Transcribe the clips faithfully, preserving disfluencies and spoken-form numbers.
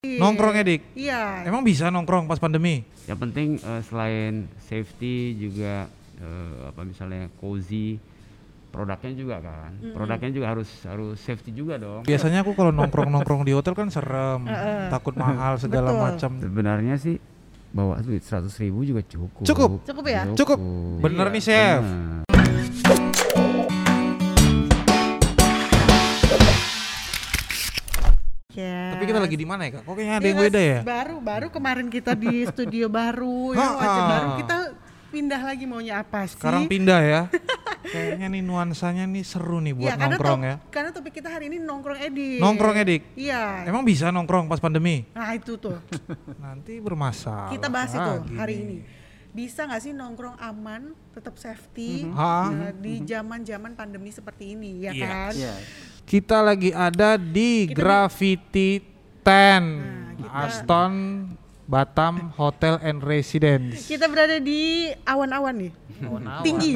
Nongkrongnya Dik? Iya. Emang bisa nongkrong pas pandemi? Yang penting uh, selain safety juga uh, apa misalnya cozy, produknya juga kan. Mm-hmm. Produknya juga harus harus safety juga dong. Biasanya aku kalau nongkrong-nongkrong di hotel kan serem, uh, takut mahal segala macam. Sebenarnya sih bawa duit seratus ribu juga cukup. Cukup. Cukup ya? Cukup. Bener iya, nih chef. Bener. Yes. Tapi kita lagi di mana ya Kak? Kok kayaknya ada yang beda ya? Baru baru kemarin kita di studio baru ya, wajah baru kita pindah lagi maunya apa sih? Sekarang pindah ya. Kayaknya nih nuansanya nih seru nih buat ya, nongkrong to- ya. Karena topik kita hari ini nongkrong edik. Nongkrong edik? Iya. Emang bisa nongkrong pas pandemi? Nah itu tuh. Nanti bermasalah. Kita bahas itu gini. hari ini. Bisa nggak sih nongkrong aman, tetap safety mm-hmm. nah, di zaman-zaman pandemi seperti ini ya yeah. kan? Yeah. Kita lagi ada di kita Gravity Tent, nah, kita... Aston Batam Hotel and Residence. Kita berada di awan-awan nih. Awan-awan. Tinggi.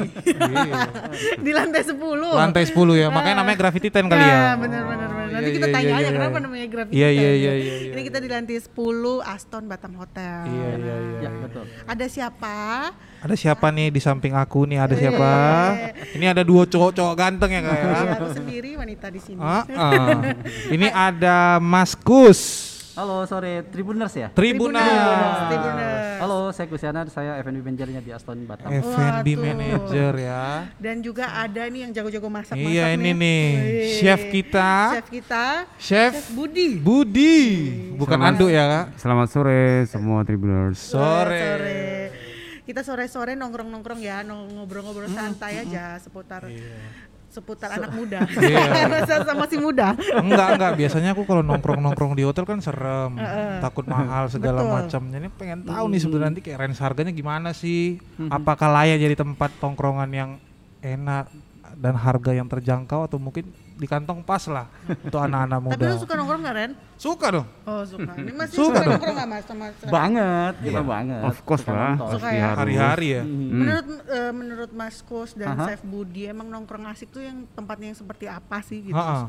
Di lantai sepuluh. Lantai sepuluh ya, makanya namanya Gravity Tent kali ya. Ya, benar-benar. Nanti iya, kita iya, tanya iya, aja iya, kenapa iya. namanya Gravity iya, Tent. Iya, iya, iya, iya. Ini kita di lantai sepuluh Aston Batam Hotel. Iya, iya, iya. Ya, betul. Ada siapa? Ada siapa nih di samping aku nih? Ada siapa? Ini ada dua cowok-cowok ganteng ya Kak ya. Aku sendiri wanita di sini. Ah, ah. Ini ada Mas Kus. Halo, sore Tribuners ya? Tribuners. Tribuners. Tribuners. Halo, saya Kusyana, saya F and B manajernya di Aston Batam. F and B manager ya. Dan juga ada nih yang jago-jago masak-masak nih. Iya ini nih, nih. Chef kita. Chef kita. Chef, Chef Budi. Budi. Bukan Selamat, Andu ya Kak? Selamat sore semua Tribuners. Sore. sore. Kita sore-sore nongkrong-nongkrong ya, ngobrol-ngobrol santai hmm. aja seputar iya. seputar so, anak muda. Iya. Sama si muda. Enggak, enggak. Biasanya aku kalau nongkrong-nongkrong di hotel kan serem, uh, uh. takut mahal segala macam. Jadi pengen tahu hmm. nih sebenarnya nanti kayak range harganya gimana sih? Hmm. Apakah layak jadi tempat tongkrongan yang enak dan harga yang terjangkau atau mungkin di kantong pas lah untuk anak-anak muda. Tapi lu suka nongkrong gak Ren? Suka dong. Oh suka. Ini masih suka, suka nongkrong gak Mas? Sama banget, kita yeah. banget. Of course lah. Suka ya? Hari-hari ya. Hmm. Menurut uh, menurut Mas Kus dan uh-huh. Chef Budi emang nongkrong asik tuh yang tempatnya yang seperti apa sih gitu? Uh-huh.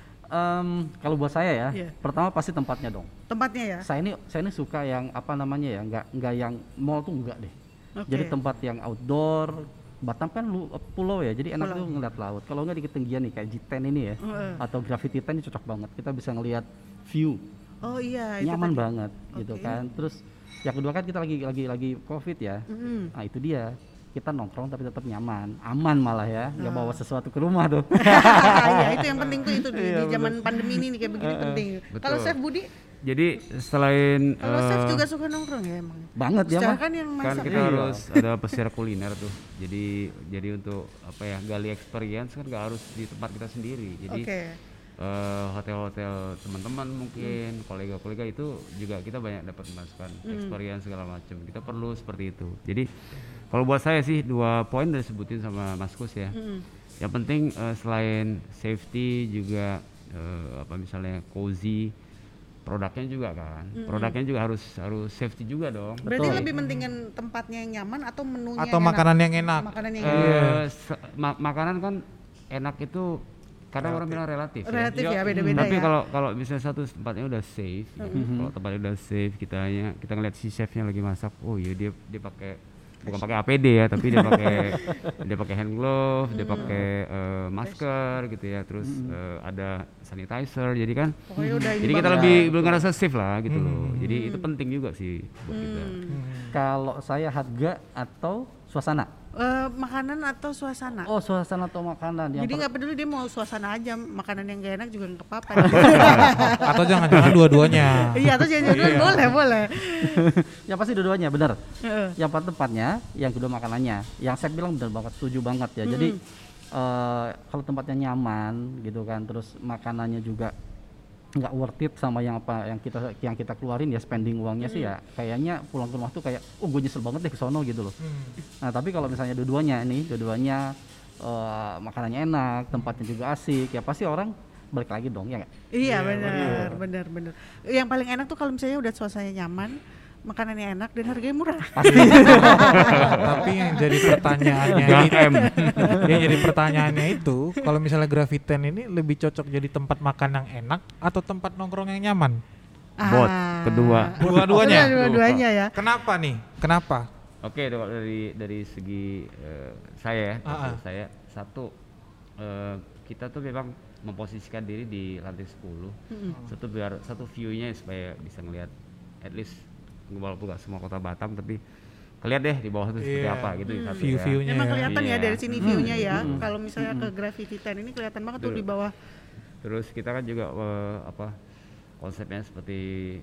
Um, kalau buat saya ya, yeah. pertama pasti tempatnya dong. Tempatnya ya? Saya ini saya ini suka yang apa namanya ya, nggak nggak yang mall tuh enggak deh. Okay. Jadi tempat yang outdoor. Batam kan lu, pulau ya, jadi enak tuh ngeliat laut. Kalau nggak di ketinggian nih kayak G sepuluh ini ya, uh. atau Gravity Tent ini cocok banget. Kita bisa ngelihat view. Oh iya. Nyaman itu banget, okay. gitu kan. Terus yang kedua kan kita lagi lagi lagi COVID ya. Mm-hmm. Nah itu dia. Kita nongkrong tapi tetap nyaman, aman malah ya, nggak uh. bawa sesuatu ke rumah tuh. Iya itu yang penting tuh itu di, di zaman pandemi ini nih kayak begini uh, penting. Kalau Chef Budi? Jadi selain kalau uh, chef juga suka nongkrong ya emang. Banget ya, kan yang masak. Kan kita iya. harus ada peserta kuliner tuh. Jadi jadi untuk apa ya gali experience kan nggak harus di tempat kita sendiri. Jadi okay. uh, hotel-hotel teman-teman mungkin hmm. kolega-kolega itu juga kita banyak dapat masukan hmm. experience segala macam. Kita perlu seperti itu. Jadi kalau buat saya sih dua poin udah disebutin sama Mas Kus ya. Hmm. Yang penting uh, selain safety juga uh, apa misalnya cozy. Produknya juga kan, mm-hmm. produknya juga harus harus safety juga dong. Berarti Betul. lebih pentingin tempatnya yang nyaman atau menunya atau yang makanan enak? yang enak. Makanan yang uh, enak. Se- ma- makanan kan enak itu kadang relatif. Orang bilang relatif. Relatif ya, ya beda-beda Tapi ya. kalau kalau misalnya satu tempatnya udah safe, mm-hmm. ya, kalau tempatnya udah safe, kita hanya kita ngeliat si chefnya lagi masak, oh iya dia dia pakai bukan pakai A P D ya, tapi dia pakai dia pakai hand glove, dia pakai uh, masker gitu ya, terus uh, ada sanitizer, jadi kan, jadi kita lebih belum ngerasa safe lah gitu hmm. loh. Jadi itu penting juga sih buat hmm. kita. Kalau saya harga atau suasana? Uh, makanan atau suasana? Oh suasana atau makanan. Yang Jadi nggak per- peduli dia mau suasana aja, makanan yang gak enak juga nggak apa-apa. Atau jangan-jangan dua-duanya. Iya atau jangan-jangan boleh boleh. Ya pasti dua-duanya benar. Uh. Yang pertama tempatnya, yang kedua makanannya. Yang saya bilang benar banget, setuju banget ya. Hmm. Jadi uh, kalau tempatnya nyaman gitu kan, terus makanannya juga nggak worth it sama yang apa yang kita yang kita keluarin ya spending uangnya hmm. sih ya kayaknya pulang ke rumah tuh kayak oh gue nyesel banget deh ke sono gitu loh. Hmm. Nah tapi kalau misalnya dua-duanya nih dua-duanya uh, makanannya enak, tempatnya juga asik ya pasti orang balik lagi dong ya nggak? Iya benar benar benar. Yang paling enak tuh kalau misalnya udah suasananya nyaman, makanannya enak dan harganya murah. Pasti. Tapi yang jadi pertanyaannya itu, yang jadi pertanyaannya itu, kalau misalnya Gravity Tent ini lebih cocok jadi tempat makan yang enak atau tempat nongkrong yang nyaman? bot kedua. Dua-duanya. Dua-duanya ya. Kenapa nih? Kenapa? Oke, dari dari segi uh, saya, uh-uh. saya satu uh, kita tuh memang memposisikan diri di lantai sepuluh. Mm-hmm. Satu biar satu view-nya supaya bisa ngelihat at least walaupun gak semua kota Batam tapi kelihatan deh di bawah itu seperti yeah. apa gitu. Hmm. View-viewnya. Memang kelihatan yeah. ya dari sini view-nya ya. Hmm. Kalau misalnya hmm. ke Gravity Ten ini kelihatan banget tuh di bawah. Terus kita kan juga uh, apa konsepnya seperti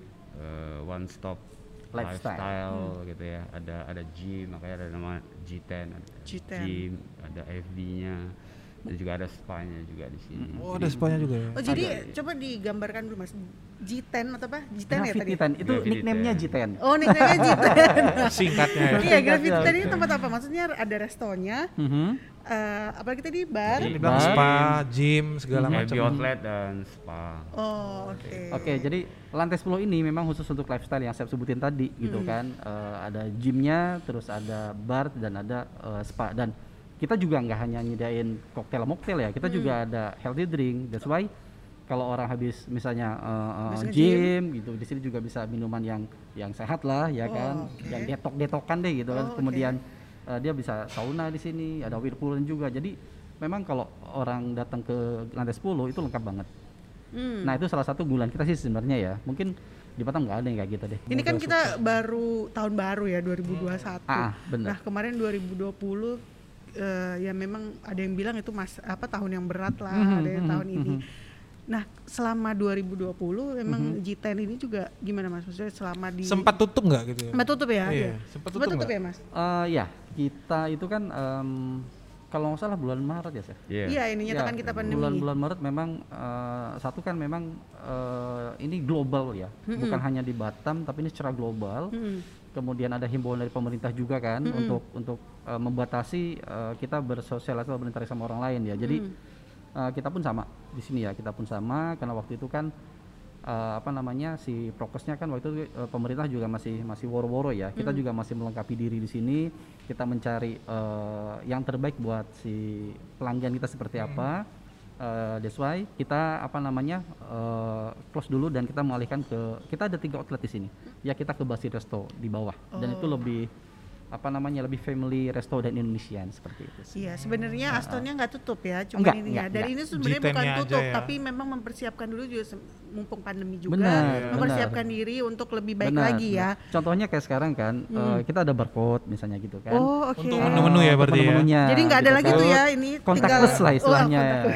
uh, one stop lifestyle, lifestyle hmm. gitu ya. Ada ada gym, makanya ada nama G ten, ada G ten. Gym, ada F B-nya. Dan juga ada spa-nya juga di sini. Oh, jadi, ada spa-nya juga ya. Oh, jadi ada, coba digambarkan dulu Mas. G ten atau apa? G ten ya tadi. ten. Itu nickname-nya G ten. Oh, nickname-nya G ten. Singkatnya ya. Iya, Gravity Ten ini tempat apa? Maksudnya ada restonya. Mm-hmm. Uh, apalagi tadi bar, jadi bar, spa, gym, segala mm-hmm. macam. Outlet dan spa. Oh, oke. Okay. Oke, okay, jadi lantai sepuluh ini memang khusus untuk lifestyle yang saya sebutin tadi mm. gitu kan. Uh, ada gymnya, terus ada bar dan ada uh, spa, dan kita juga nggak hanya nyediain koktail moktail ya, kita hmm. juga ada healthy drink. That's why kalau orang habis misalnya uh, uh, gym gitu, di sini juga bisa minuman yang yang sehat lah ya oh, kan, okay. yang detok-detokan deh gitu oh, kan. Kemudian okay. uh, dia bisa sauna di sini, ada whirlpool juga. Jadi memang kalau orang datang ke lantai sepuluh itu lengkap banget. Hmm. Nah itu salah satu unggulan kita sih sebenarnya ya. Mungkin di Batam nggak ada yang kayak gitu deh. Ini kan kita baru tahun baru ya dua ribu dua puluh satu. Ah, bener. Nah kemarin dua ribu dua puluh Uh, ya memang ada yang bilang itu mas apa tahun yang berat lah mm-hmm, ada yang tahun mm-hmm. ini. Nah selama dua ribu dua puluh memang mm-hmm. G ten ini juga gimana Mas? Maksudnya selama di sempat tutup nggak gitu ya? Sempat tutup ya? Iya. Sempat tutup, tutup ya Mas? Uh, ya kita itu kan um, kalau nggak salah bulan Maret ya sih. Iya yeah. ini nyatakan yeah. kita pandemi. Bulan-bulan Maret memang uh, satu kan memang uh, ini global ya, mm-hmm. bukan hanya di Batam tapi ini secara global. Mm-hmm. Kemudian ada himbauan dari pemerintah juga kan mm-hmm. untuk untuk uh, membatasi uh, kita bersosialisasi atau berinteraksi sama orang lain ya. Jadi mm-hmm. uh, kita pun sama di sini ya, kita pun sama karena waktu itu kan uh, apa namanya si prokesnya kan waktu itu uh, pemerintah juga masih masih woro-woro ya. Kita mm-hmm. juga masih melengkapi diri di sini. Kita mencari uh, yang terbaik buat si pelanggan kita seperti mm-hmm. apa. Uh, that's why kita apa namanya uh, close dulu dan kita mengalihkan ke kita ada tiga outlet di sini ya, kita ke Basi Resto di bawah oh. dan itu lebih apa namanya lebih family resto dan Indonesian seperti itu sih. Iya sebenarnya nah, Astonnya nggak tutup ya, cuma enggak, ini enggak, ya dari enggak. ini sebenarnya bukan tutup ya. tapi memang mempersiapkan dulu juga mumpung pandemi juga benar, mempersiapkan benar. diri untuk lebih baik benar, lagi ya. Contohnya kayak sekarang kan hmm. uh, kita ada barcode misalnya gitu kan. Oh oke. Okay. Untuk menu-menu ya berarti ya. Jadi nggak ada gitu lagi kan. tuh ya ini contactless lah istilahnya. Oh,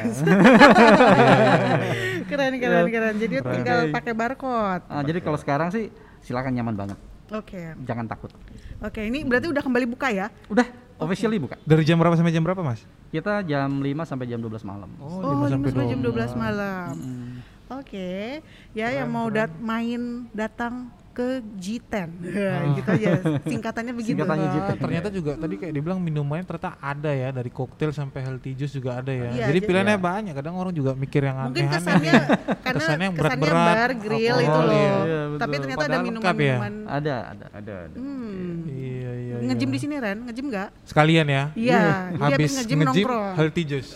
keren keren keren. Jadi keren. Tinggal pakai barcode. Uh, jadi kalau sekarang sih silakan, nyaman banget. Oke. Okay. Jangan takut. Oke, okay, ini berarti udah kembali buka ya? Udah, officially okay. buka. Dari jam berapa sampai jam berapa, Mas? Kita jam lima sampai jam dua belas malam. Oh, oh lima sampai jam dua belas malam. Hmm. Oke. Okay. Ya keren, yang mau dat- main datang ke G ten. Oh. Gitu aja. Singkatannya begitu. Singkatannya G ten. Ternyata juga tadi kayak dibilang minumannya ternyata ada ya, dari koktail sampai healthy juice juga ada ya. Iya, jadi pilihannya iya. banyak. Kadang orang juga mikir yang aneh-aneh. Mungkin kesannya karena kesannya yang berat-berat, bar, grill oh, itu loh. Iya, tapi ternyata padahal ada minuman-minuman. Ya? Ada, ada. Ada, ada. Hmm. Iya, iya. Ngejim di sini Ren, ngejim enggak? Sekalian ya. Iya, habis ngejim nongkrong. Healthy juice.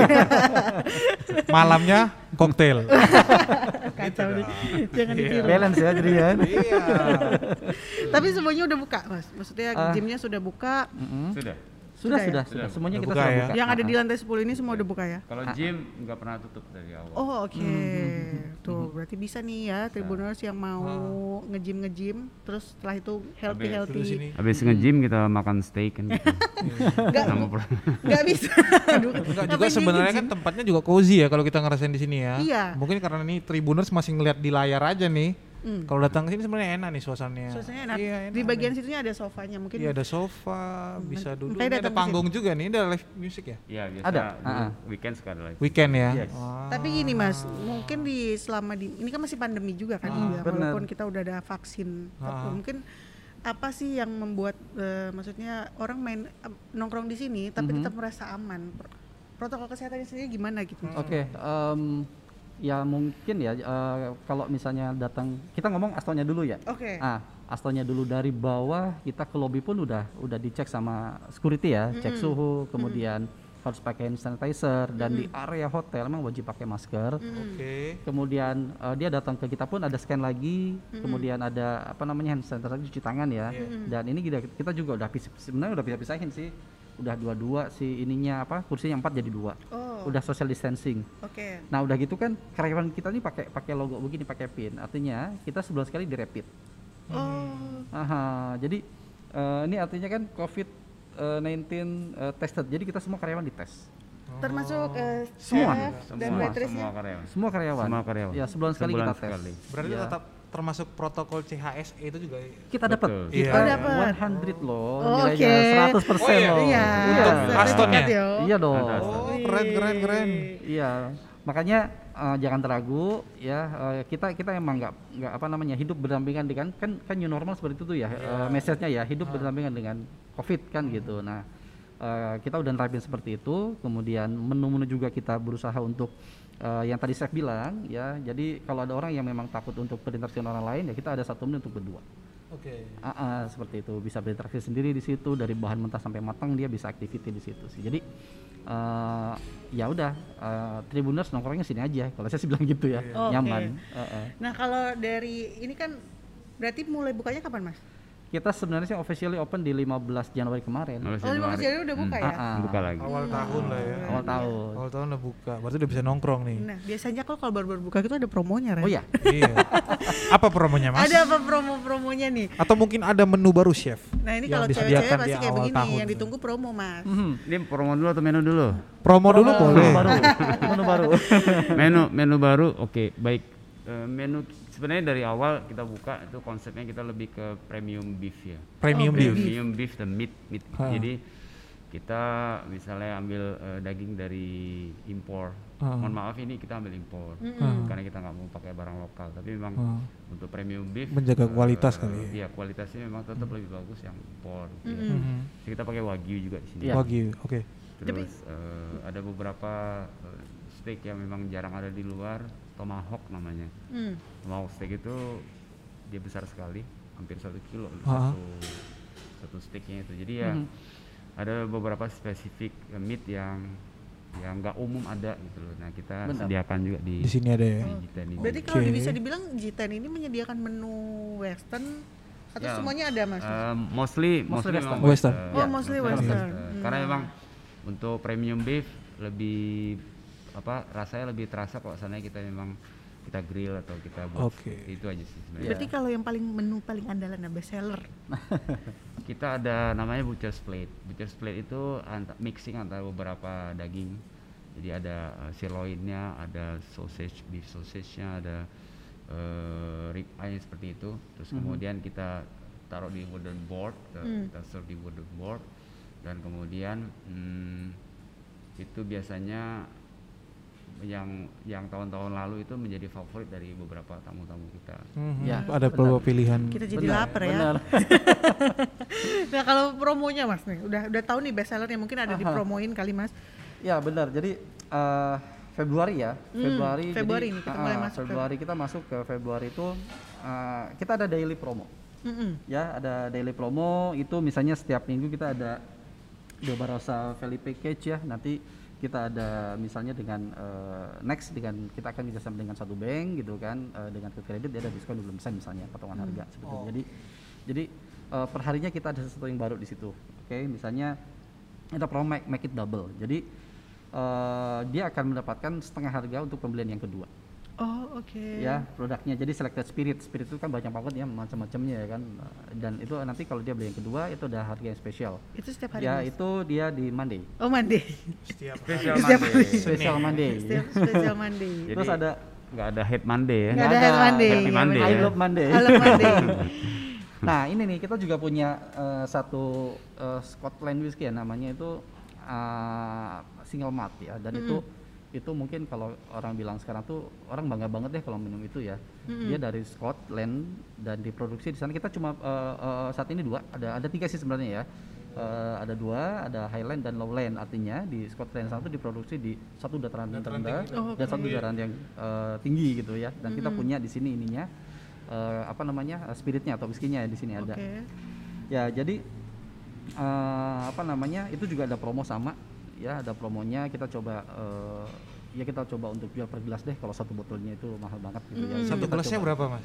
Malamnya koktail. Kacau nih. Jangan ditiru. Balance ya jadi kan. Iya. Tapi semuanya udah buka, Mas. Maksudnya uh, gymnya sudah buka. Mm-hmm. Sudah. Sudah, sudah, sudah, ya? sudah. Semuanya udah kita buka sudah ya? buka. Yang ada di lantai sepuluh ini semua udah buka ya? Kalau gym nggak pernah tutup dari awal. Oh oke, okay. mm-hmm. tuh berarti bisa nih ya Tribuners yang mau ah. ngejim ngejim, terus setelah itu healthy Habis, healthy. Habis ngejim kita makan steak kan. Gitu. Gak, gak bisa. Enggak juga sebenarnya kan tempatnya juga cozy ya kalau kita ngerasain di sini ya. Iya. Mungkin karena nih Tribuners masih ngeliat di layar aja nih. Hmm. Kalau datang ke sini sebenarnya enak nih suasananya. Suasananya enak. Iya, enak. Di bagian situnya ada sofanya mungkin. Iya ada sofa, bisa duduk. Ini ada sini. panggung juga nih, ini ada live music ya? Iya biasa. Ada. Uh-huh. Weekend suka ada live. Weekend ya. Yes. Oh. Tapi gini Mas, mungkin di selama di ini kan masih pandemi juga kan, ah, ya, walaupun kita udah ada vaksin. Ah. Mungkin apa sih yang membuat uh, maksudnya orang main uh, nongkrong di sini tapi mm-hmm. tetap merasa aman? Protokol kesehatannya sendiri gimana gitu? Oke. Okay, um, ya mungkin ya uh, kalau misalnya datang kita ngomong Astonnya dulu ya. Oke. Okay. Ah, Astonnya dulu dari bawah kita ke lobby pun udah udah dicek sama security ya, mm-hmm. cek suhu, kemudian mm-hmm. harus pakai hand sanitizer, dan mm-hmm. di area hotel memang wajib pakai masker. Mm-hmm. Oke. Okay. Kemudian uh, dia datang ke kita pun ada scan lagi, mm-hmm. kemudian ada apa namanya hand sanitizer, cuci tangan ya. Mm-hmm. Dan ini kita, kita juga udah pis- sebenarnya udah pisah-pisahin sih, udah dua-dua si ininya apa kursinya empat jadi dua, oh. udah social distancing. Oke. Okay. Nah udah gitu kan karyawan kita nih pakai pakai logo begini, pakai pin, artinya kita sebulan sekali di rapid. Oh. Aha, jadi uh, ini artinya kan covid sembilan belas uh, tested, jadi kita semua karyawan dites. Termasuk uh, semua, dan semua, waitressnya? semua karyawan. Semua karyawan. Semua karyawan. Ya sebulan sekali sebulan kita tes. sekali. Berarti ya. tetap termasuk protokol C H S E itu juga kita dapat. Iya. Oh, dapat. seratus loh, Oh, nilainya okay. seratus persen oh, iya. loh. Iya. Untuk Astonnya. Iya dong. Oh, keren keren keren. Iya. Makanya uh, jangan terlagu ya, uh, kita kita emang nggak nggak apa namanya hidup berdampingan dengan kan kan new normal seperti itu ya, yeah. uh, message-nya ya hidup ah. berdampingan dengan COVID kan hmm. gitu. Nah uh, kita udah nerapin seperti itu, kemudian menu-menu juga kita berusaha untuk uh, yang tadi saya bilang ya, jadi kalau ada orang yang memang takut untuk berinteraksi dengan orang lain ya kita ada satu menu untuk berdua. Oke. Okay. Uh, uh, seperti itu, bisa berinteraksi sendiri di situ, dari bahan mentah sampai matang dia bisa activity di situ sih. Jadi uh, ya udah uh, Tribuners nongkrongnya sini aja kalau saya sih bilang gitu ya, oh, nyaman. Okay. Uh, uh. Nah kalau dari ini kan berarti mulai bukanya kapan Mas? Kita sebenarnya sih officially open di lima belas Januari kemarin. Oh lima belas Januari udah buka hmm. ya? Uh-uh. Buka lagi. Awal tahun lah ya. Awal tahun. Awal tahun udah buka, berarti udah bisa nongkrong nih. Nah biasanya kalau kalau baru-baru buka itu ada promonya Ren. Oh iya? Iya. Apa promonya Mas? Ada apa promo-promonya nih? Atau mungkin ada menu baru chef? Nah ini kalau cewek-cewek pasti kayak begini, tahun. Yang ditunggu promo Mas. Mm-hmm. Ini promo dulu atau menu dulu? Promo, promo dulu boleh. Menu baru. Menu baru. menu menu baru, oke okay, baik. Uh, menu sebenarnya dari awal kita buka itu konsepnya kita lebih ke premium beef ya. Premium oh, beef. Premium beef dan meat meat. Ha. Jadi kita misalnya ambil uh, daging dari impor. Ha. Mohon maaf ini kita ambil impor mm-hmm. karena kita nggak mau pakai barang lokal. Tapi memang ha. untuk premium beef menjaga kualitas uh, kali. Iya kualitasnya memang tetap mm-hmm. lebih bagus yang impor. Mm-hmm. Ya. Jadi kita pakai wagyu juga di sini. Yeah. Wagyu, oke. Okay. Terus uh, ada beberapa uh, steak yang memang jarang ada di luar. Tomahawk namanya. Mm. Tomahawk steak itu dia besar sekali, hampir satu kilo uh-huh. satu satu steaknya itu. Jadi ya mm. ada beberapa spesifik uh, meat yang yang nggak umum ada gitu loh. Nah kita Benar. sediakan juga di di sini ada ya. Di G ten ini. Berarti kalau okay. bisa dibilang G ten ini menyediakan menu Western atau ya, semuanya ada Mas? Uh, mostly mostly, mostly Western. Western. Uh, oh ya, mostly Western. Western. Uh, hmm. Karena memang untuk premium beef lebih apa rasanya lebih terasa kalau sana kita memang kita grill atau kita buat okay. itu aja sih sebenarnya. Berarti kalau yang paling menu paling andalan best seller kita ada namanya butcher's plate. Butcher's plate itu anta, mixing antara beberapa daging. Jadi ada uh, sirloinnya, ada sausage, beef sausage-nya, ada uh, rib eye seperti itu. Terus mm-hmm. kemudian kita taruh di wooden board, kita, mm. kita serve di wooden board dan kemudian hmm, itu biasanya yang yang tahun-tahun lalu itu menjadi favorit dari beberapa tamu-tamu kita. Mm-hmm. Ya, ada beberapa pilihan. Kita jadi benar, lapar ya. Nah, kalau promonya Mas nih, udah udah tahu nih best sellernya mungkin ada Aha. dipromoin kali Mas. Ya, benar. Jadi uh, Februari ya. Hmm, Februari Februari jadi, ini kita uh, mulai masuk. Februari kita masuk ke Februari itu uh, kita ada daily promo. Mm-hmm. Ya, ada daily promo itu misalnya setiap minggu kita ada The Barossa Valley Package ya. Nanti kita ada misalnya dengan uh, next dengan kita akan kerjasama dengan satu bank gitu kan, uh, dengan ke kredit dia ada diskon dua puluh persen misalnya potongan hmm. harga seperti oh. Jadi jadi uh, perharinya kita ada sesuatu yang baru di situ. Oke, okay? Misalnya kita promo make, make it double. Jadi uh, dia akan mendapatkan setengah harga untuk pembelian yang kedua. Oh oke. Okay. Ya produknya jadi selected spirit. Spirit itu kan banyak banget ya macam-macamnya ya kan. Dan itu nanti kalau dia beli yang kedua itu ada harga yang spesial. Itu setiap hari. Ya mas? Itu dia di Monday. Oh Monday. Setiap special Monday. Special Monday. Setiap special Monday. Terus ada nggak ada head Monday ya? Nggak ada head Monday. Happy Monday. I love Monday. I love Monday. Nah ini nih kita juga punya uh, satu uh, Scotland whisky ya namanya itu uh, single malt ya dan mm-hmm. itu itu mungkin kalau orang bilang sekarang tuh orang bangga banget deh kalau minum itu ya. Mm-hmm. Dia dari Scotland dan diproduksi di sana kita cuma uh, uh, saat ini dua ada ada tiga sih sebenarnya ya. Uh, ada dua, ada Highland dan Lowland artinya di Scotland sana tuh diproduksi di satu dataran yang rendah oh, okay. dan satu dataran yang uh, tinggi gitu ya. Dan mm-hmm. kita punya di sini ininya uh, apa namanya uh, spiritnya atau whiskinya di sini ada. Okay. Ya jadi uh, apa namanya itu juga ada promo sama. ya, ada promonya. Kita coba uh, ya kita coba untuk jual per gelas deh. Kalau satu botolnya itu mahal banget gitu ya. Hmm. Satu gelasnya berapa mas?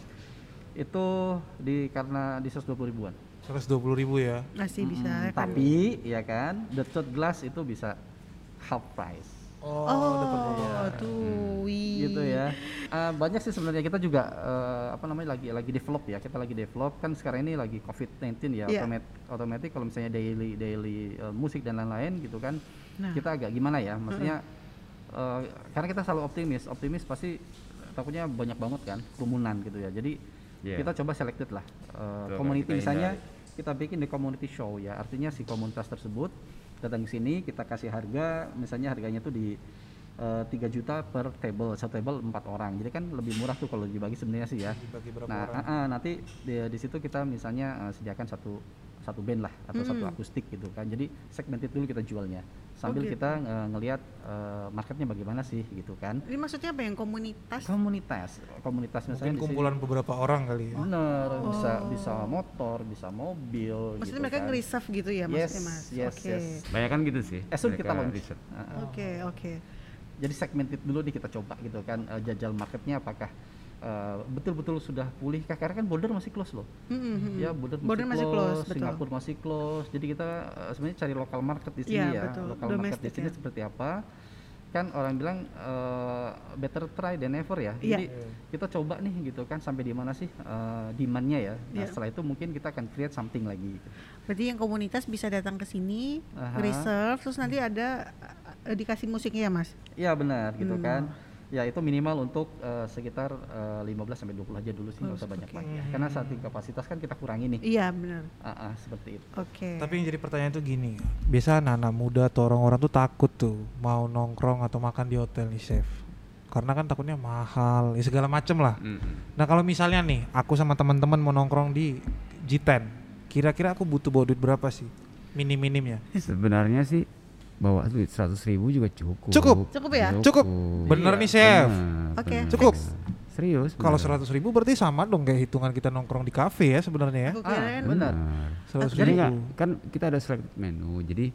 Itu di karena di seratus dua puluh ribuan. seratus dua puluh ribu ya? Masih hmm, bisa ya kan? Tapi ya kan, the third glass itu bisa half price. Oh, oh ya. Tuh, gitu ya. Uh, banyak sih sebenarnya, kita juga uh, apa namanya lagi lagi develop ya. Kita lagi develop kan sekarang ini lagi covid sembilan belas ya. Yeah. Otomat otomatis kalau misalnya daily daily uh, musik dan lain-lain gitu kan. Nah. Kita agak gimana ya? Maksudnya uh, karena kita selalu optimis, optimis pasti takutnya banyak banget kan kerumunan gitu ya. Jadi yeah. kita coba selected lah uh, community misalnya hindari. Kita bikin di community show ya. Artinya si komunitas tersebut datang ke sini, kita kasih harga, misalnya harganya tuh di uh, tiga juta per table, satu table empat orang. Jadi kan lebih murah tuh kalau dibagi sebenarnya sih ya. Nah, uh, uh, nanti di, di situ kita misalnya uh, sediakan satu satu band lah atau hmm. satu akustik gitu kan. Jadi segmented dulu kita jualnya. Sambil oh, gitu. kita uh, ngelihat uh, marketnya bagaimana sih gitu kan. Ini maksudnya apa yang komunitas? Komunitas, komunitas misalnya mungkin kumpulan disini, beberapa orang kali ya. Bener, oh. bisa bisa motor, bisa mobil. Maksudnya gitu mereka kan. nge-reserve gitu ya maksudnya yes, mas? Yes, okay. yes. Banyak kan gitu sih. Eh, kita launch. Oke, oke. Okay. Jadi segmented dulu nih kita coba gitu kan, uh, jajal marketnya apakah Uh, betul-betul sudah pulih kah? Karena kan border masih close loh. Mm-hmm. Ya border, border masih close, close Singapura masih close. Jadi kita uh, sebenarnya cari lokal market di sini ya. ya. Lokal market di sini ya. Seperti apa? Kan orang bilang uh, better try than ever ya. Yeah. Jadi kita coba nih gitu kan sampai di mana sih uh, demand-nya ya. Nah, yeah. setelah itu mungkin kita akan create something lagi. Berarti yang komunitas bisa datang ke sini, uh-huh. reserve, terus nanti ada uh, dikasih musiknya ya, Mas? Iya benar gitu hmm. kan. Ya itu minimal untuk uh, sekitar uh, lima belas sampai dua puluh aja dulu sih, nggak oh, usah banyak banyak. Okay. Karena saat kapasitas kan kita kurangi nih. Iya benar. Uh, uh, seperti itu. Oke. Okay. Tapi yang jadi pertanyaan tuh gini, biasa anak-anak muda atau orang-orang tuh takut tuh mau nongkrong atau makan di hotel nih chef. Karena kan takutnya mahal, ya segala macem lah. Mm-hmm. Nah kalau misalnya nih, aku sama teman-teman mau nongkrong di G sepuluh, kira-kira aku butuh bawa duit berapa sih minim-minimnya? Sebenarnya sih bawa duit seratus ribu juga cukup. Cukup? Cukup ya? Cukup. Bener iya. nih chef. Oke. Okay. Cukup. Serius? Kalau seratus ribu berarti sama dong kayak hitungan kita nongkrong di kafe ya sebenarnya ya. Ah, benar. Seratus ribu. Jadi kan kita ada select menu. Jadi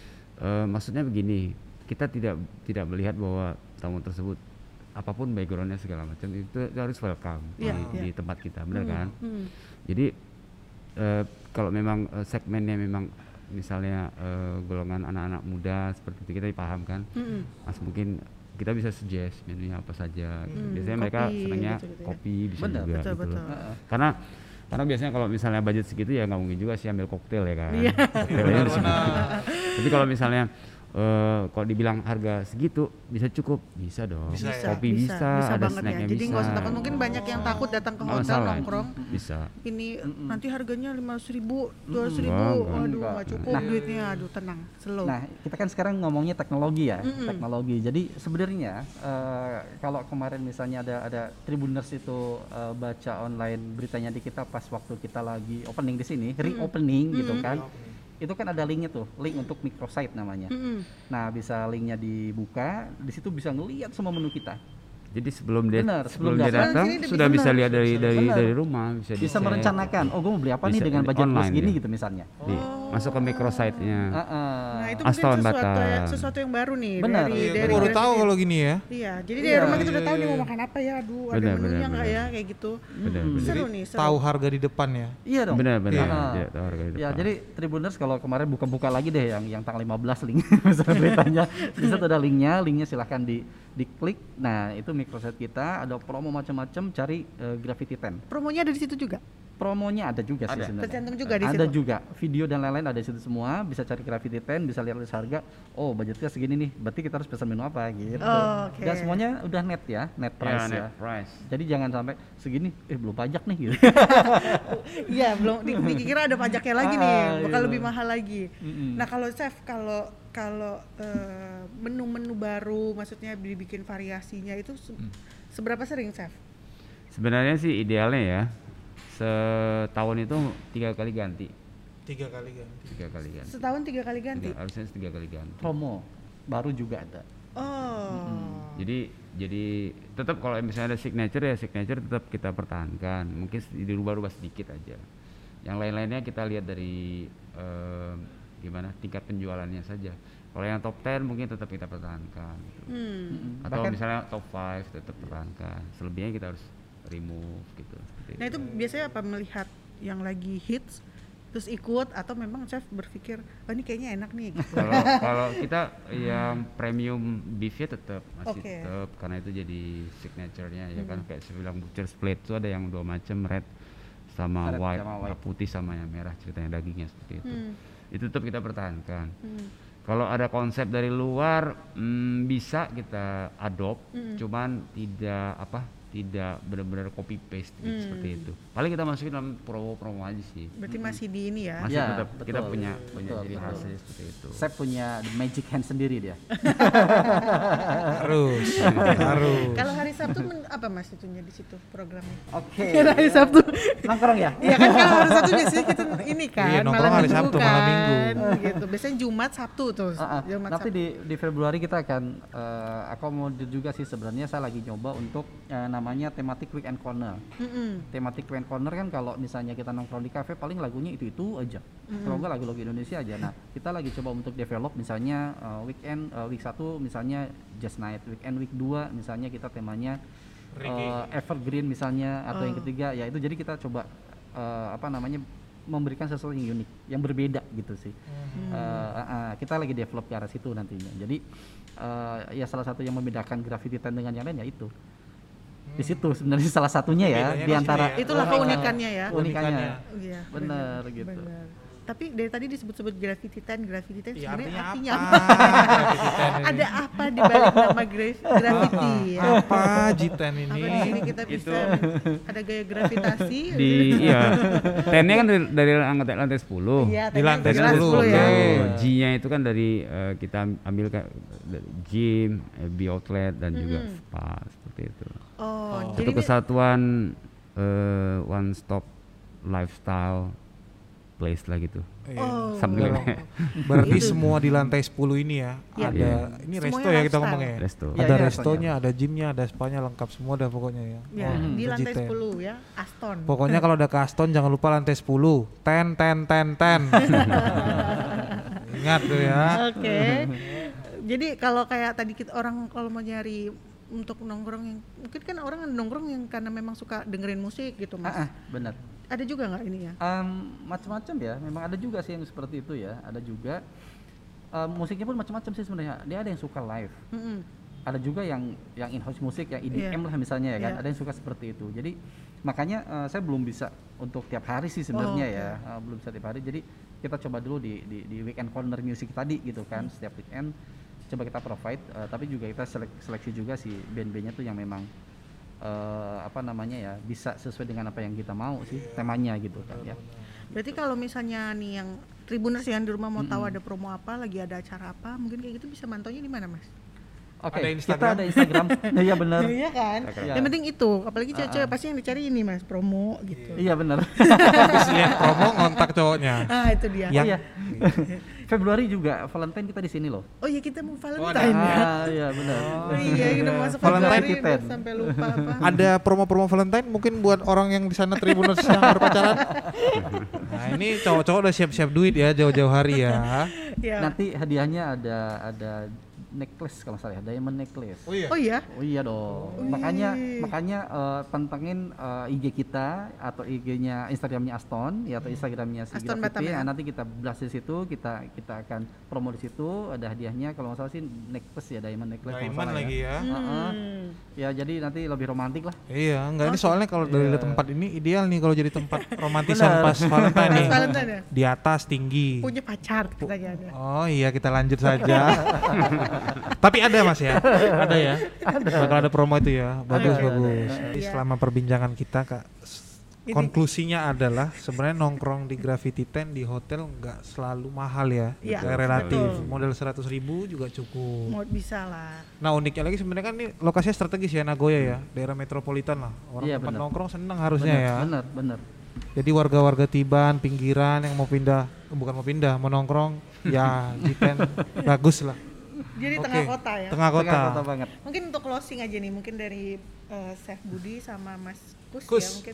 uh, maksudnya begini, kita tidak tidak melihat bahwa tamu tersebut apapun backgroundnya segala macam itu, itu harus welcome yeah, di, yeah. di tempat kita, benar hmm, kan? Hmm. Jadi uh, kalau memang uh, segmennya memang misalnya uh, golongan anak-anak muda seperti itu kita paham kan, mm-hmm. mas mungkin kita bisa suggest menunya apa saja. Mm, biasanya kopi, mereka senangnya gitu, gitu kopi ya? Bisa betul, juga betul, gitu. Betul. Uh-uh. Karena karena biasanya kalau misalnya budget segitu ya nggak mungkin juga sih ambil koktail ya kan. Yeah. Koktailnya Tapi kalau misalnya Uh, kalau dibilang harga segitu bisa cukup, bisa dong. Bisa, kopi bisa, bisa, bisa ada snacknya ya. Jadi nggak usah takut, mungkin banyak yang takut datang ke hotel masalah. nongkrong. Bisa. Ini mm-mm. nanti harganya lima ratus ribu, dua ratus ribu, waduh nggak cukup nah, duitnya, aduh tenang, slow. Nah kita kan sekarang ngomongnya teknologi ya, mm-mm. teknologi. Jadi sebenarnya uh, kalau kemarin misalnya ada ada Tribuners itu uh, baca online beritanya di kita pas waktu kita lagi opening di sini, reopening mm-hmm. gitu kan. Mm-hmm. Itu kan ada linknya tuh, link untuk microsite namanya. Mm-hmm. Nah bisa linknya dibuka, di situ bisa ngelihat semua menu kita. Jadi sebelum dia benar, sebelum, sebelum dia datang sudah benar. bisa lihat dari dari benar. dari rumah, bisa, bisa merencanakan. Oh gue mau beli apa nih dengan budget plus gini ya. Gitu misalnya. Di, oh. Masuk ke microsite-nya. Uh, uh. Nah itu mungkin sesuatu, ya, sesuatu yang baru nih. Benar. Dari, iya, dari baru tahu kalau gini ya. Iya, jadi dari iya, rumah kita iya, udah tahu iya. nih mau makan apa ya. Aduh, benar, ada menunya nggak ya kayak gitu. Benar, hmm. benar. Seru nih. Seru. Tahu harga di depan ya. Iya dong. Benar benar. Ya, tahu harga di depan. Ya jadi Tribuners kalau kemarin buka-buka lagi deh yang yang tanggal lima belas link misalnya beritanya. Bisa ada linknya, linknya silahkan di diklik. Nah itu microsite kita ada promo macam-macam, cari uh, Gravity sepuluh. Promonya ada di situ juga. Promonya ada juga ada. Sih sebenarnya. Tercantum juga di ada situ. Ada juga video dan lain-lain ada di situ semua. Bisa cari Gravity sepuluh, bisa lihat list harga. Oh budgetnya segini nih, berarti kita harus pesan menu apa gitu. Oh, okay. Dan semuanya udah net ya, net price ya. ya. Net price. Jadi jangan sampai segini, eh belum pajak nih gitu. Iya belum. Di, dikira ada pajaknya lagi nih, bakal lebih mahal lagi. Mm-hmm. Nah kalau chef kalau kalau uh, menu-menu baru, maksudnya dibikin variasinya itu se- hmm. seberapa sering chef? Sebenarnya sih idealnya ya setahun itu tiga kali ganti. Tiga kali ganti. Tiga kali ganti. Setahun tiga kali ganti. Tiga, harusnya tiga kali ganti. Promo baru juga ada. Oh. Mm-hmm. Jadi jadi tetap kalau misalnya ada signature ya signature tetap kita pertahankan. Mungkin dirubah-rubah sedikit aja. Yang lain-lainnya kita lihat dari uh, gimana tingkat penjualannya saja. Kalau yang top sepuluh mungkin tetap kita pertahankan gitu. Hmm. Atau Bahkan, misalnya top lima tetap pertahankan. Selebihnya kita harus remove gitu. Nah itu biasanya apa, melihat yang lagi hits terus ikut, atau memang chef berpikir oh ini kayaknya enak nih gitu. Kalau kalau kita yang premium beefnya tetap masih Okay. tetap karena itu jadi signaturenya ya Hmm. kan, kayak saya bilang butcher's plate itu ada yang dua macam, red sama Red white, sama white. putih sama yang merah, ceritanya dagingnya seperti itu. Hmm. Itu tetap kita pertahankan. Hmm. Kalau ada konsep dari luar hmm, bisa kita adopt, Hmm. cuman tidak apa tidak benar-benar copy paste gitu, Hmm. seperti itu. Paling kita masukin dalam promo-promo aja sih. Berarti masih di ini ya. Masih Ya, tetap kita betul, punya betul, punya betul, ciri betul. khasnya seperti itu. Chef punya the magic hand sendiri dia. Harus, harus. Kalau hari Sabtu men- apa mas itunya di situ programnya? Oke. Hari Sabtu. Nongkrong ya? Iya kan kalau hari Sabtu biasanya kita ini kan Iya, nongkrong malam hari minggu Sabtu, kan, malam minggu. gitu. Biasanya Jumat Sabtu tuh. Uh, uh, Jumat nanti Sabtu. di di Februari kita akan uh, akomodir juga sih, sebenarnya saya lagi nyoba untuk uh, namanya thematic weekend corner. Mm-mm. Thematic weekend corner kan kalau misalnya kita nongkrong di kafe paling lagunya itu itu aja. Kalau enggak lagu-lagu Indonesia aja. Nah kita lagi coba untuk develop misalnya uh, weekend uh, week satu misalnya jazz night, weekend week dua misalnya kita temanya uh, evergreen misalnya, atau yang Oh. ketiga ya itu, jadi kita coba uh, apa namanya memberikan sesuatu yang unik, yang berbeda gitu sih. Uh, uh, uh, kita lagi develop ke arah situ nantinya. Jadi uh, ya salah satu yang membedakan Graffiti Tent dengan yang lain ya itu. Di situ sebenarnya salah satunya ya Bedanya di di antara sini ya. Itulah uh, keunikannya ya. Keunikannya. Iya, Bener, gitu. bener. Tapi dari tadi disebut-sebut graffiti tent, graffiti tent Ya, sebenarnya artinya artinya apa? apa? Graffiti tent ini? Ada apa di balik nama graf- graffiti ya? Apa Jiten ini? Apa di sini kita bisa ada gaya gravitasi? Di iya. Tennya kan dari, dari lantai, lantai sepuluh. Iya, Di lantai jelas sepuluh, ya. oke. G-nya itu kan dari eh, kita ambil ke dari gym, eh, B outlet dan juga spa seperti itu. Oh, Itu jadi ini- kesatuan eh, one stop lifestyle place lah gitu. Oh. Something like that. Berarti Itu. semua di lantai sepuluh ini ya. Iya. Ada Iya. ini Semuanya resto ya kita lifestyle. ngomongnya. ya? Resto. Iya, Ada ini restonya, restonya. ada gymnya, ada spanya, lengkap semua dah pokoknya ya. Ya, Oh, di itu lantai Jiten. sepuluh ya, Aston. Pokoknya kalau ada ke Aston jangan lupa lantai sepuluh. Ten, ten, ten, ten. Ingat tuh ya. Oke. Jadi kalau kayak tadi kita orang kalau mau nyari untuk nongkrong yang mungkin kan orang nongkrong yang karena memang suka dengerin musik gitu mas. Ah, ah, benar. Ada juga nggak ini ya? Um, macam-macam ya, memang ada juga sih yang seperti itu ya, ada juga um, musiknya pun macam-macam sih sebenarnya. Dia ada yang suka live, Mm-mm. ada juga yang yang in house musik, yang E D M Iya. lah misalnya ya kan, Iya. ada yang suka seperti itu. Jadi makanya uh, saya belum bisa untuk tiap hari sih sebenarnya Oh, oke. ya, uh, belum bisa tiap hari. Jadi kita coba dulu di di, di weekend corner music tadi gitu kan, setiap weekend coba kita provide, uh, tapi juga kita selek, seleksi juga si band-bandnya tuh yang memang uh, apa namanya ya bisa sesuai dengan apa yang kita mau sih temanya gitu kan ya. Berarti kalau misalnya nih yang Tribuners yang di rumah mau tahu ada promo apa, lagi ada acara apa, mungkin kayak gitu bisa mantaunya di mana mas? Oke, Ada kita Instagram? ada Instagram. Iya benar. Iya kan? Iya. Yang penting itu, apalagi cewek-cewek pasti yang dicari ini mas, promo gitu. Iya benar. Habis lihat promo ngontak cowoknya. Ah itu dia. Yang Iya. Februari juga Valentine kita di sini loh. Oh iya kita mau Oh, ada. Valentine ya. Ah, iya benar. Oh iya kita mau masuk Valentine Februari kita. udah sampai lupa apa. ada promo-promo Valentine mungkin buat orang yang di sana Tribuners yang berpacaran. Nah, ini cowok-cowok udah siap-siap duit ya jauh-jauh hari ya. Ya. Nanti hadiahnya ada ada necklace kalau nggak salah ya, diamond necklace. Oh iya. Oh iya. Oh iya dong. Wih. Makanya makanya eh, pantengin eh, I G kita atau I G-nya Instagramnya Aston ya, atau Instagramnya si Aston Graffiti. Batam ya? Nah, nanti kita blast di situ, kita kita akan promo di situ, ada hadiahnya kalau nggak salah sih necklace ya, diamond necklace kalau nggak Diamond salah lagi ya. Heeh. Hmm. Ya jadi nanti lebih romantis lah. Iya, enggak ini soalnya kalau dari Iya. tempat ini ideal nih kalau jadi tempat romantisan Benar. pas Valentine nih. Pas Valentine ya? Di atas tinggi. Punya pacar pertanyaannya. Oh iya kita lanjut saja. Tapi ada mas ya, ada ya. Bakal ada promo itu ya, bagus Ada, bagus. ada. Jadi Iya. selama perbincangan kita kak, s- Ini- konklusinya adalah sebenarnya nongkrong di Graffiti Tent di hotel nggak selalu mahal ya, Iya, kayak relatif. betul. Modal seratus ribu juga cukup. Mau bisa lah. Nah uniknya lagi sebenarnya kan ini lokasinya strategis ya, Nagoya ya, daerah metropolitan lah. Orang Iya, tempat benar. nongkrong seneng harusnya Benar, ya. benar, benar. Jadi warga-warga Tiban, pinggiran yang mau pindah, eh, bukan mau pindah, mau nongkrong, ya Jiten bagus lah. Jadi Oke, tengah kota ya. Tengah kota. Tengah kota banget. Mungkin untuk closing aja nih, mungkin dari eh, Chef Budi sama Mas Kus, Kus. ya mungkin.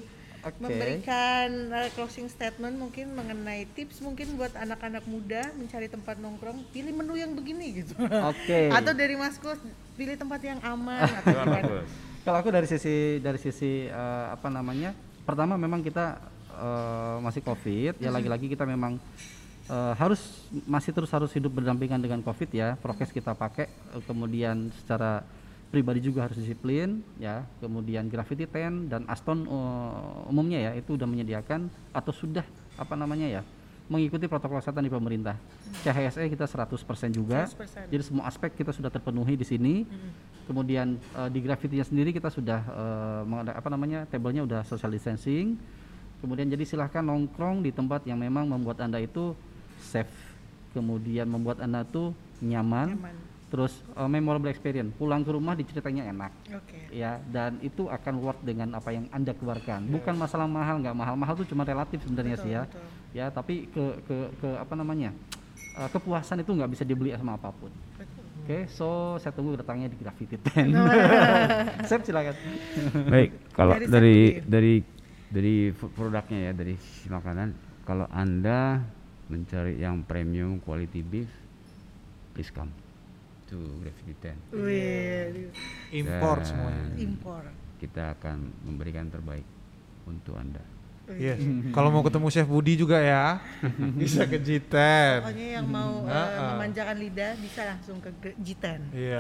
okay. memberikan uh, closing statement mungkin mengenai tips mungkin buat anak-anak muda mencari tempat nongkrong, pilih menu yang begini gitu. Oke. Okay. Atau dari Mas Kus, pilih tempat yang aman atau gimana? Kalau aku dari sisi dari sisi uh, apa namanya? Pertama memang kita uh, masih Covid, ya lagi-lagi kita memang uh, harus masih terus harus hidup berdampingan dengan Covid ya. Prokes kita pakai, uh, kemudian secara pribadi juga harus disiplin ya. Kemudian Gravity Tent dan Aston uh, umumnya ya itu udah menyediakan atau sudah apa namanya ya mengikuti protokol kesehatan di pemerintah. C H S E kita seratus persen juga. seratus persen. Jadi semua aspek kita sudah terpenuhi di sini. Hmm. Kemudian uh, di Gravity-nya sendiri kita sudah uh, apa namanya tabelnya udah social distancing. Kemudian jadi silahkan nongkrong di tempat yang memang membuat Anda itu safe. Kemudian membuat Anda tuh nyaman. nyaman. Terus uh, memorable experience, pulang ke rumah diceritanya enak, okay. ya, dan itu akan worth dengan apa yang Anda keluarkan. Bukan masalah mahal nggak mahal, mahal itu cuma relatif sebenarnya sih ya, betul. ya. Tapi ke ke ke apa namanya uh, kepuasan itu nggak bisa dibeli sama apapun. Oke, okay, so saya tunggu datangnya di Gravity Tent. Sep silakan. Baik, kalau dari dari dari, dari produknya ya, dari sisi makanan, kalau Anda mencari yang premium quality beef, please come to Gravity Tent. Wih, impor semuanya. Impor. Kita akan memberikan terbaik untuk Anda. Yes. Kalau mau ketemu Chef Budi juga ya, bisa ke G ten. Pokoknya yang mau uh, uh, memanjakan lidah bisa langsung ke G ten. Iya.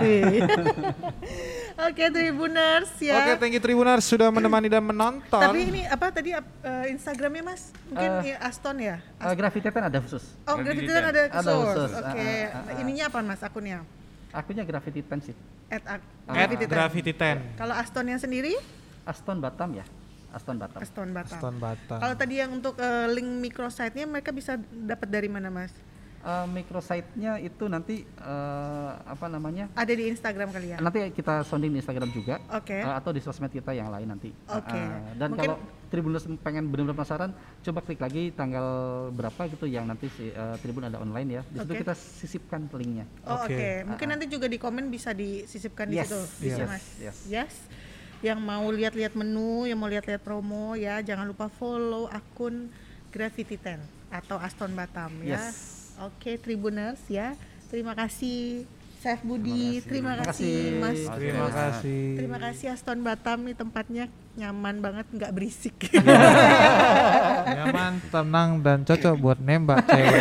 Oke, okay, Tribuners ya. Oke, okay, thank you Tribuners sudah menemani dan menonton. Tapi ini apa tadi uh, Instagramnya Mas? Mungkin uh, Aston ya? Aston. Uh, Gravity Tent ada khusus. Oh, Gravity Tent ada khusus. khusus. Oke, okay. uh, uh, uh. Ininya apa Mas akunnya? Akunnya Gravity Tent sih. At, at, at Gravity, Gravity Tent. Kalau Aston yang sendiri? Aston Batam ya. Aston Batam. Aston Batam. Aston Batam. Kalau tadi yang untuk uh, link microsite-nya mereka bisa dapat dari mana Mas? Uh, microsite-nya itu nanti uh, apa namanya? Ada di Instagram kali ya? Nanti kita sounding di Instagram juga. Oke. Okay. Uh, atau di sosmed kita yang lain nanti. Oke. Okay. Uh, dan mungkin kalau Tribuners pengen benar-benar penasaran, coba klik lagi tanggal berapa gitu yang nanti si uh, Tribun ada online ya. Di situ okay. kita sisipkan linknya. Oh, oke. Okay. Okay. Mungkin uh, nanti juga di komen bisa disisipkan yes. di situ. Bisa yes. Mas. Yes. Yes. Yang mau lihat-lihat menu, yang mau lihat-lihat promo ya, jangan lupa follow akun Gravity Tent atau Aston Batam ya. Yes. Oke, Tribuners ya. Terima kasih Chef Budi, terima kasih, terima kasih Mas. Terima kasih. Terima kasih Aston Batam nih tempatnya nyaman banget, nggak berisik. Nyaman, tenang dan cocok buat nembak cewek.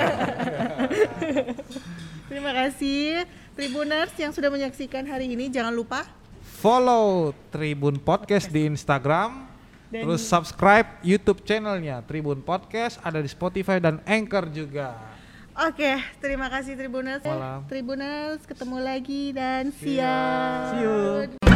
Terima kasih Tribuners yang sudah menyaksikan hari ini. Jangan lupa follow Tribun Podcast di Instagram. Dan terus subscribe YouTube channelnya Tribun Podcast, ada di Spotify dan Anchor juga. Oke, terima kasih Tribuners. Malam. Tribuners, ketemu lagi dan see ya. See you.